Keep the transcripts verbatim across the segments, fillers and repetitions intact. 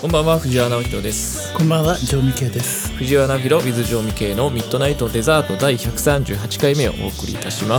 こんばんは、藤原直弘です。 こんばんは、城美慶です。 藤原直弘 with 城美慶のミッドナイトデザートだいひゃくさんじゅうはちかいめをお送りいたします。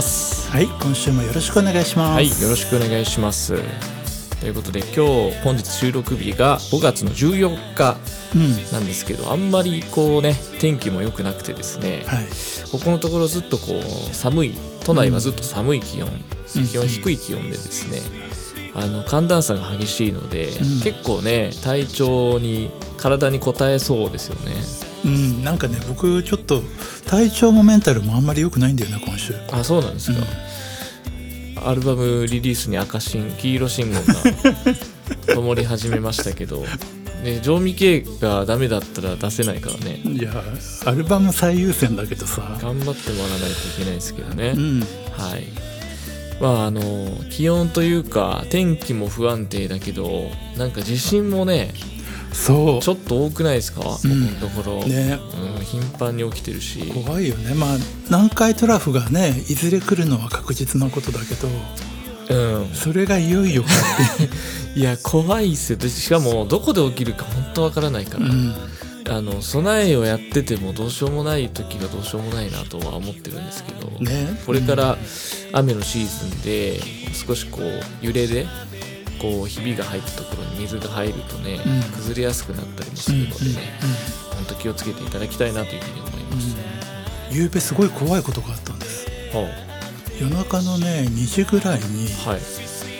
はい、今週もよろしくお願いします。 はい、よろしくお願いします。ということで、今日本日収録日がごがつのじゅうよっかなんですけど、うん、あんまりこうね天気も良くなくてですね、はい、ここのところずっとこう寒い、都内はずっと寒い気温、うん、気温低い気温でですね、あの寒暖差が激しいので、うん、結構ね体調に体に応えそうですよね。 うん、なんかね僕ちょっと体調もメンタルもあんまり良くないんだよね今週。 あ、そうなんですか。うん、アルバムリリースに赤信黄色信号が灯り始めましたけどね、城美慶がダメだったら出せないからね。 いやアルバム最優先だけどさ、 頑張ってもらわないといけないですけどね。うん、はい。まああの気温というか天気も不安定だけど、なんか地震もねそうちょっと多くないですか、ここのところ、ね、うん、頻繁に起きてるし怖いよね。まあ南海トラフがねいずれ来るのは確実なことだけど、うん、それがいよいよかっていや怖いっすよ。しかもどこで起きるか本当わからないから、うん、あの備えをやっててもどうしようもない時がどうしようもないなとは思ってるんですけど、ね、これから雨のシーズンで少しこう揺れでこうひびが入ったところに水が入るとね、うん、崩れやすくなったりもするのでね、うんうんうん、本当気をつけていただきたいなというふうに思います。 うん、夕べすごい怖いことがあったんです。はあ、夜中のねにじぐらいに、はい、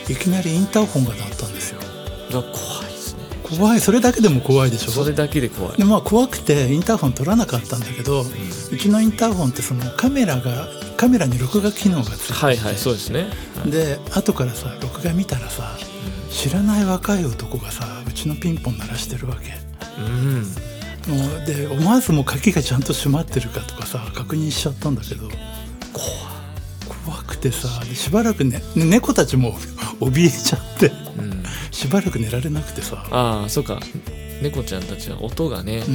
いきなりインターホンが鳴ったんですよ。 だ怖いですね。 怖い。それだけでも怖いでしょ。 それだけで怖い。 で、まあ、怖くてインターホン取らなかったんだけど、うん、うちのインターホンってそのカメラがカメラに録画機能がついてて、 はいはい、そうですね。はい、で後からさ録画見たらさ、うん、知らない若い男がさうちのピンポン鳴らしてるわけ。うん、もうで思わずもう鍵がちゃんと閉まってるかとかさ確認しちゃったんだけど、怖怖くてさ、でしばらくね猫たちも怯えちゃって、うん、しばらく寝られなくてさ。 ああ、そうか。猫ちゃんたちは音がね、うん、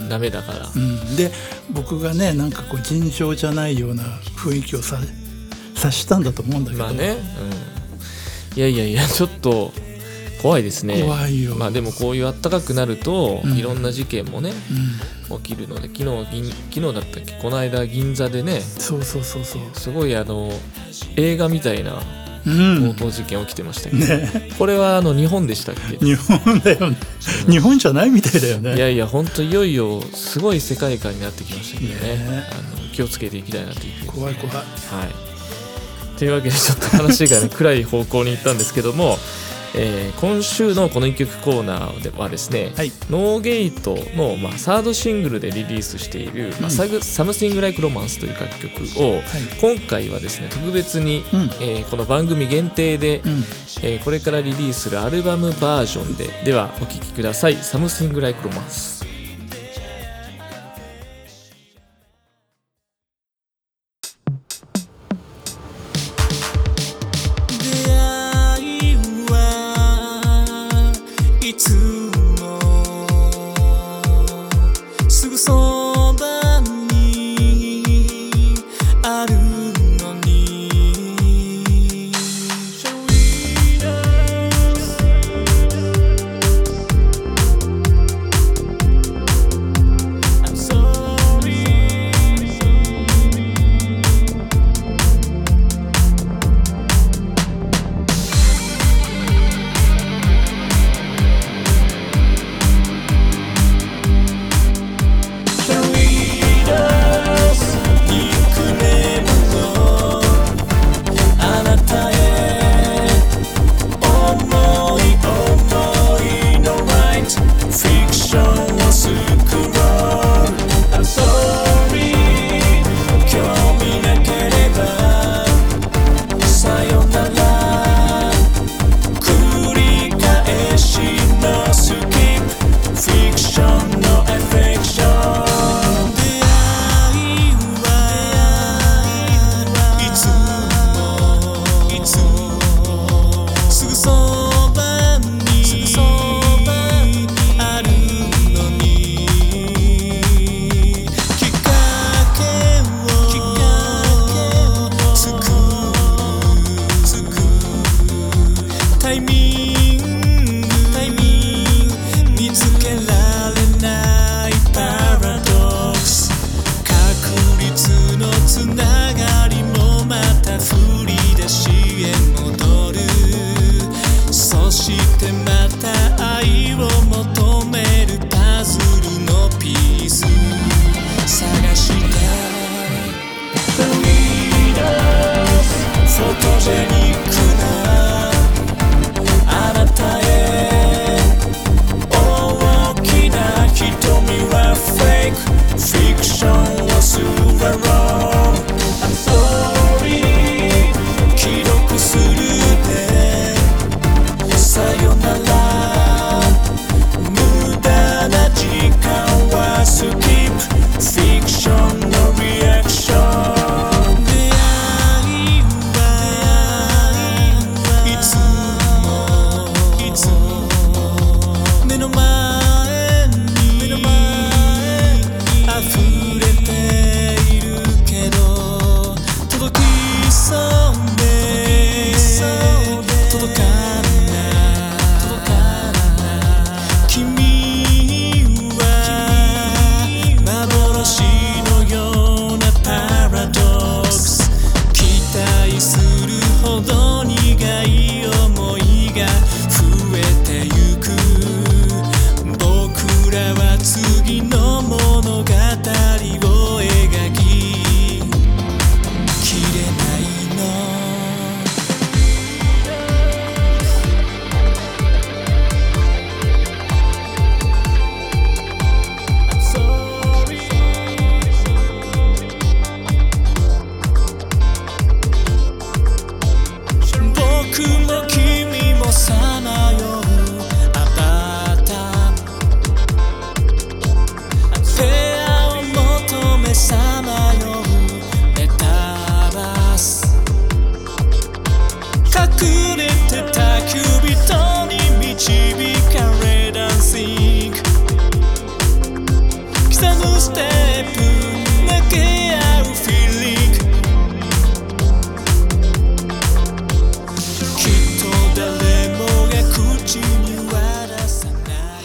ダメだから、 うん、で僕がねなんかこう尋常じゃないような雰囲気をさ察したんだと思うんだけど、 まあね、うん、いやいやいやちょっと怖いですね。 怖いよ。 まあでもこういう暖かくなると、うん、いろんな事件もね、うん、起きるので、昨日昨日だったっけ、この間銀座でね、 そうそうそうそう、 すごいあの映画みたいな強盗事件起きてましたけど、うんね、これはあの日本でしたっけ。 日本だよね、うん、日本じゃないみたいだよね。 いやいや本当いよいよすごい世界観になってきましたけど ね, ねあの気をつけていきたいなというふうに。 怖い怖い。はい 。というわけでちょっと話がね暗い方向に行ったんですけども、えー、今週のこのいっきょくコーナーではですね、はい、ノーゲートの、まあ、サードシングルでリリースしている、うんまあ、Something Like Romance という楽曲を、はい、今回はですね特別に、うんえー、この番組限定で、うんえー、これからリリースするアルバムバージョンでではお聴きください。 Something Like Romance。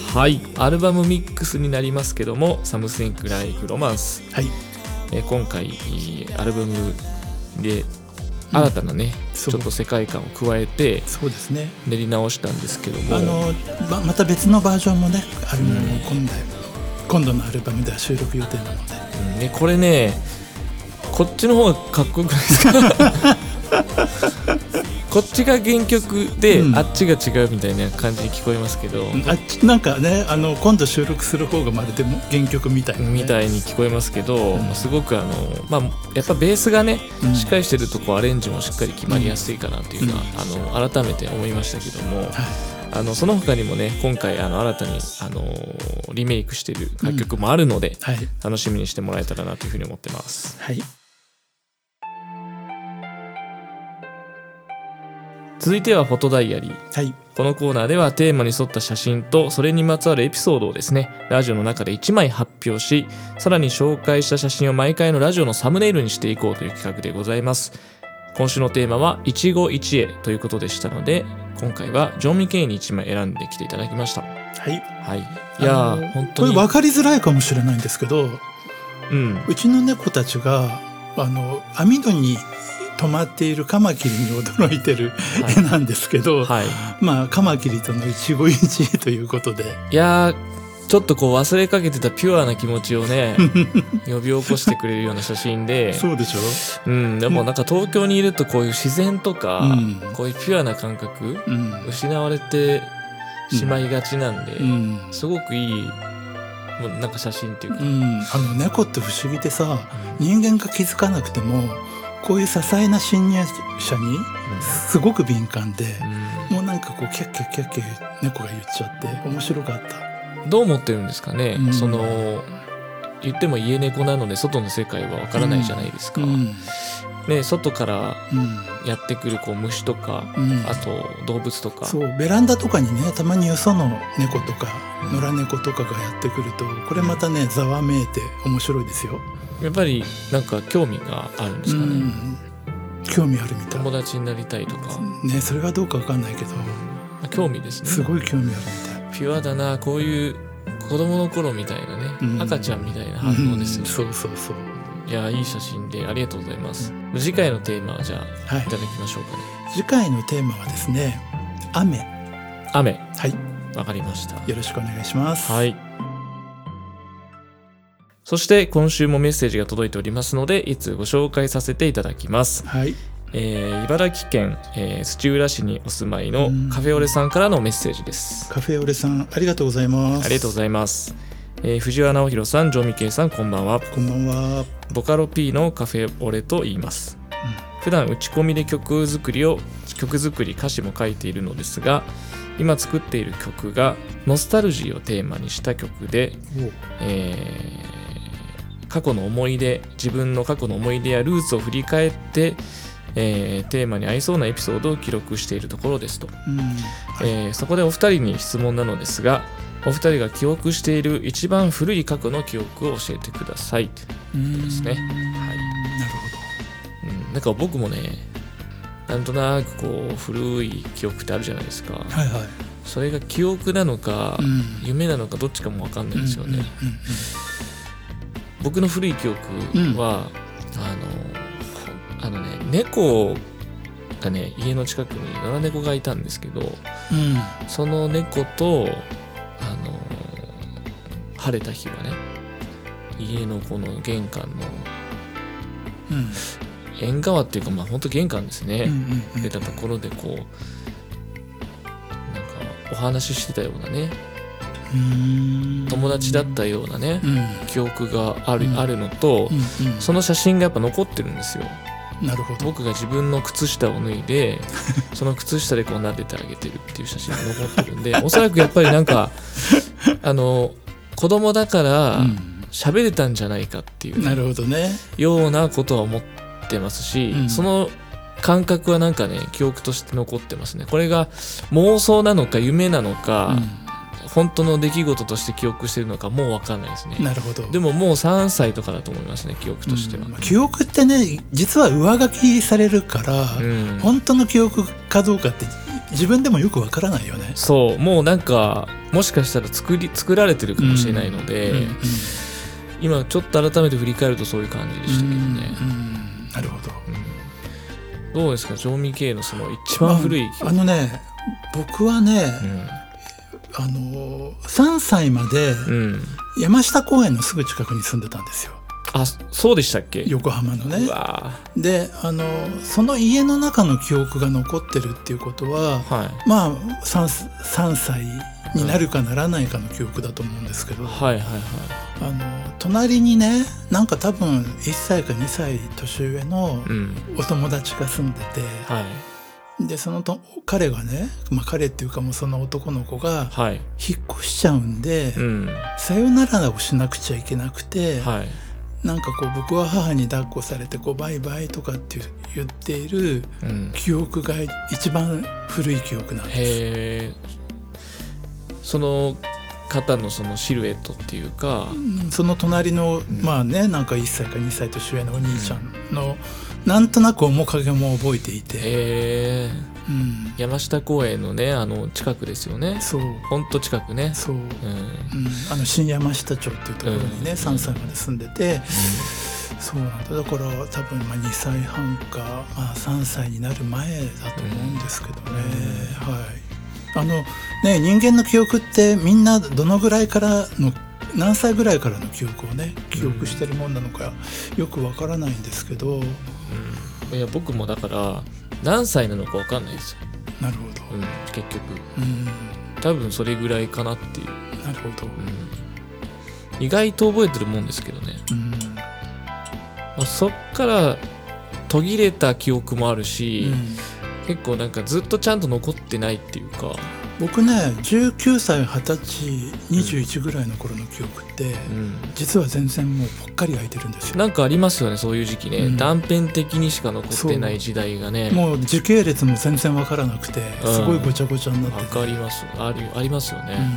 はい、アルバムミックスになりますけども、Something Like Romance、 はい、 えー、今回アルバムで新たなね、うん、ちょっと世界観を加えてそうですね練り直したんですけども、 あの ま, また別のバージョンもねあるの、うん、今度今度のアルバムでは収録予定なので、 うんね、これねこっちの方がかっこよくないですかこっちが原曲で、うん、あっちが違うみたいな感じに聞こえますけど、 あっちなんかねあの今度収録する方がまるで原曲みたいな、ね、 みたいに聞こえますけど、うん、すごくあの、まあ、やっぱベースがね、うん、しっかりしてるとこうアレンジもしっかり決まりやすいかなというのは、うん、あの改めて思いましたけども、はい、あのその他にもね今回あの新たにあのリメイクしている楽曲もあるので、うんはい、楽しみにしてもらえたらなというふうに思ってます。 はい、 続いてはフォトダイアリー、 はい、 このコーナーではテーマに沿った写真とそれにまつわるエピソードをですねラジオの中でいちまい発表し、さらに紹介した写真を毎回のラジオのサムネイルにしていこうという企画でございます。今週のテーマは一期一会ということでしたので、今回はジョン・ミケイにいちまい選んできていただきました。 はい、 はい、いやー本当にこれ分かりづらいかもしれないんですけど、 うん、 うちの猫たちがあの網戸に止まっているカマキリに驚いてる絵なんですけど、はいはい、まあカマキリとの一期一会ということで、 いやちょっとこう忘れかけてたピュアな気持ちをね呼び起こしてくれるような写真でそうでしょ、 うん、でもなんか東京にいるとこういう自然とか、うん、こういうピュアな感覚、うん、失われてしまいがちなんで、うん、すごくいいもうなんか写真っていうか、うん、 あの猫って不思議でさ、人間が気づかなくてもこういう些細な侵入者にすごく敏感で、うん、もうなんかこうキャッキャッキャッキャ猫が言っちゃって面白かった。 どう思ってるんですかね、うん、その言っても家猫なので外の世界はわからないじゃないですか、うんうんね、外からやってくるこう虫とか、うん、あと動物とか、 そうベランダとかにねたまによその猫とか野良猫とかがやってくるとこれまたねざわめいて面白いですよ。 やっぱりなんか興味があるんですかね、うん、 興味あるみたい。 友達になりたいとかね、それはどうか分かんないけど興味ですね。 すごい興味あるみたい。 ピュアだな、こういう子供の頃みたいなね、うん、赤ちゃんみたいな反応ですよね、 うん、そうそうそう。 いやいい写真でありがとうございます、うん、次回のテーマはじゃあ、はい、いただきましょうかね。 次回のテーマはですね雨。 雨、 はい、 わかりました。 よろしくお願いします。 はい。そして今週もメッセージが届いておりますのでいつご紹介させていただきます。 はい。 えー、茨城県、えー、土浦市にお住まいのカフェオレさんからのメッセージです。 カフェオレさんありがとうございます。 ありがとうございます。えー、藤原直弘さん、ジョンミケイさん、こんばんは。 こんばんは。 ボカロ P のカフェオレと言います、うん、普段打ち込みで曲作りを曲作り歌詞も書いているのですが、今作っている曲がノスタルジーをテーマにした曲で、えー、過去の思い出自分の過去の思い出やルーツを振り返って、えー、テーマに合いそうなエピソードを記録しているところですと、うんはいえー、そこでお二人に質問なのですが、お二人が記憶している一番古い過去の記憶を教えてくださいということですね。はい、なるほど、うん、なんか僕もねなんとなくこう古い記憶ってあるじゃないですか、 はいはい、 それが記憶なのか、うん、夢なのかどっちかも分かんないんですよね、うんうんうんうん、僕の古い記憶は、うん、あのあのね猫がね家の近くに野良猫がいたんですけど、うん、その猫とあの晴れた日はね家のこの玄関の、うん、縁側っていうかまあ本当玄関ですね、うんうんうん、出たところでこうなんかお話ししてたようなね、うーん友達だったようなね、うん、記憶がある、うん、あるのと、うんうん、その写真がやっぱ残ってるんですよ。 なるほど。 僕が自分の靴下を脱いでその靴下でこう撫でてあげてるっていう写真が残ってるんでおそらくやっぱりなんかあの子供だから喋れたんじゃないかっていう、 うん、なるほどねようなことは思ってますし、うん、その感覚はなんかね記憶として残ってますね。これが妄想なのか夢なのか、うん、本当の出来事として記憶してるのかもう分かんないですね。 なるほど。 でももうさんさいとかだと思いますね記憶としては、うん、 記憶ってね実は上書きされるから、うん、本当の記憶かどうかって自分でもよくわからないよね。 そうもうなんかもしかしたら作り作られてるかもしれないので、うんうんうん、今ちょっと改めて振り返るとそういう感じでしたけどね、 うんうん、なるほど、 うん、どうですかジョン・ミケイのその一番古い、 まあ、あのね僕はね、うん、あのさんさいまで山下公園のすぐ近くに住んでたんですよ。 あ、そうでしたっけ。 横浜のね。 うわであのその家の中の記憶が残ってるっていうことは、はい、まあ 3, さんさいになるかならないかの記憶だと思うんですけど、 はいはいはい、 あの隣にねなんか多分いっさいかにさい年上のお友達が住んでて、うんはい、でそのと彼がね、まあ、彼っていうかもうその男の子が引っ越しちゃうんで、はいうん、さよならをしなくちゃいけなくて、はいなんかこう僕は母に抱っこされてこうバイバイとかって言っている記憶が一番古い記憶なんです、うん、へーその方のそのシルエットっていうか、 うん、その隣の、うん、まあねなんかいっさいかにさい年上のお兄ちゃんの、うん、なんとなく面影も覚えていてへーうん、山下公園のねあの近くですよね。 そうほんと近くね。 そう、うんうん、あの新山下町っていうところにね、うん、さんさいまで住んでて、うん、そうなんだだから多分まあにさいはんか、まあ、さんさいになる前だと思うんですけどね、うん、はいあのね人間の記憶ってみんなどのぐらいからの何歳ぐらいからの記憶をね記憶してるもんなのかよくわからないんですけど、 うん、いや僕もだから何歳なのか分かんないですよ。 なるほど、 うん、結局、うん、多分それぐらいかなっていう。 なるほど、 うん、意外と覚えてるもんですけどね、うんまあ、そっから途切れた記憶もあるし、うん、結構なんかずっとちゃんと残ってないっていうか僕ねじゅうきゅうさいはたちにじゅういちぐらいの頃の記憶って、うん、実は全然もうぽっかり空いてるんですよ。 なんかありますよねそういう時期ね、うん、断片的にしか残ってない時代がねもう時系列も全然わからなくてすごいごちゃごちゃになってて、 うん、わかります あるありますよね、うんうん、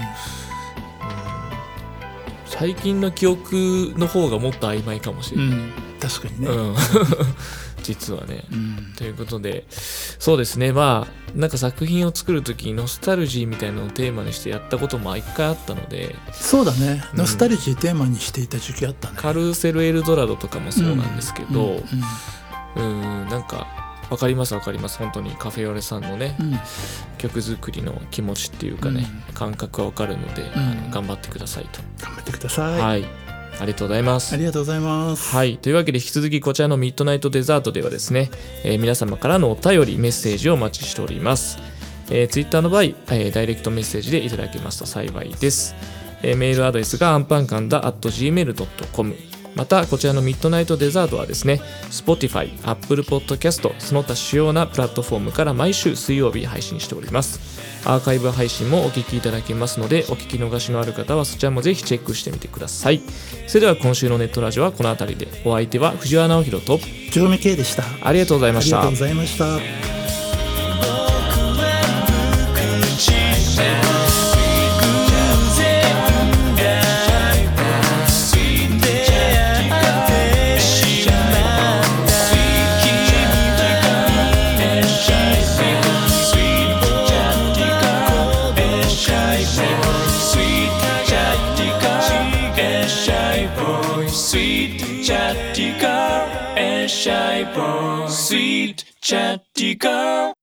最近の記憶の方がもっと曖昧かもしれない、うん、 確かにね、 うん実はね、うん、ということでそうですねまあなんか作品を作る時にノスタルジーみたいなのをテーマにしてやったことも一回あったのでそうだね、うん、ノスタルジーテーマにしていた時期あったね。 カルーセルエルドラドとかもそうなんですけど、うんうんうん、うんなんか分かります分かります本当にカフェオレさんのね、うん、曲作りの気持ちっていうかね、うん、感覚は分かるので、うん、あの頑張ってくださいと。 頑張ってください。 はいありがとうございます。 ありがとうございます。 はい、というわけで引き続きこちらのミッドナイトデザートではですね、えー、皆様からのお便りメッセージをお待ちしております。えー、ツイッターの場合、えー、ダイレクトメッセージでいただけますと幸いです。えー、メールアドレスがアンパンカンダ アットジーメールドットコム またこちらのミッドナイトデザートはですね Spotify、Apple Podcast その他主要なプラットフォームから毎週水曜日配信しております。アーカイブ配信もお聞きいただけますのでお聞き逃しのある方はそちらもぜひチェックしてみてください。それでは今週のネットラジオはこの辺りで。お相手は藤原直弘とジョーミケイでした。 ありがとうございました。 ありがとうございました。 Shy boy, sweet chatty girl.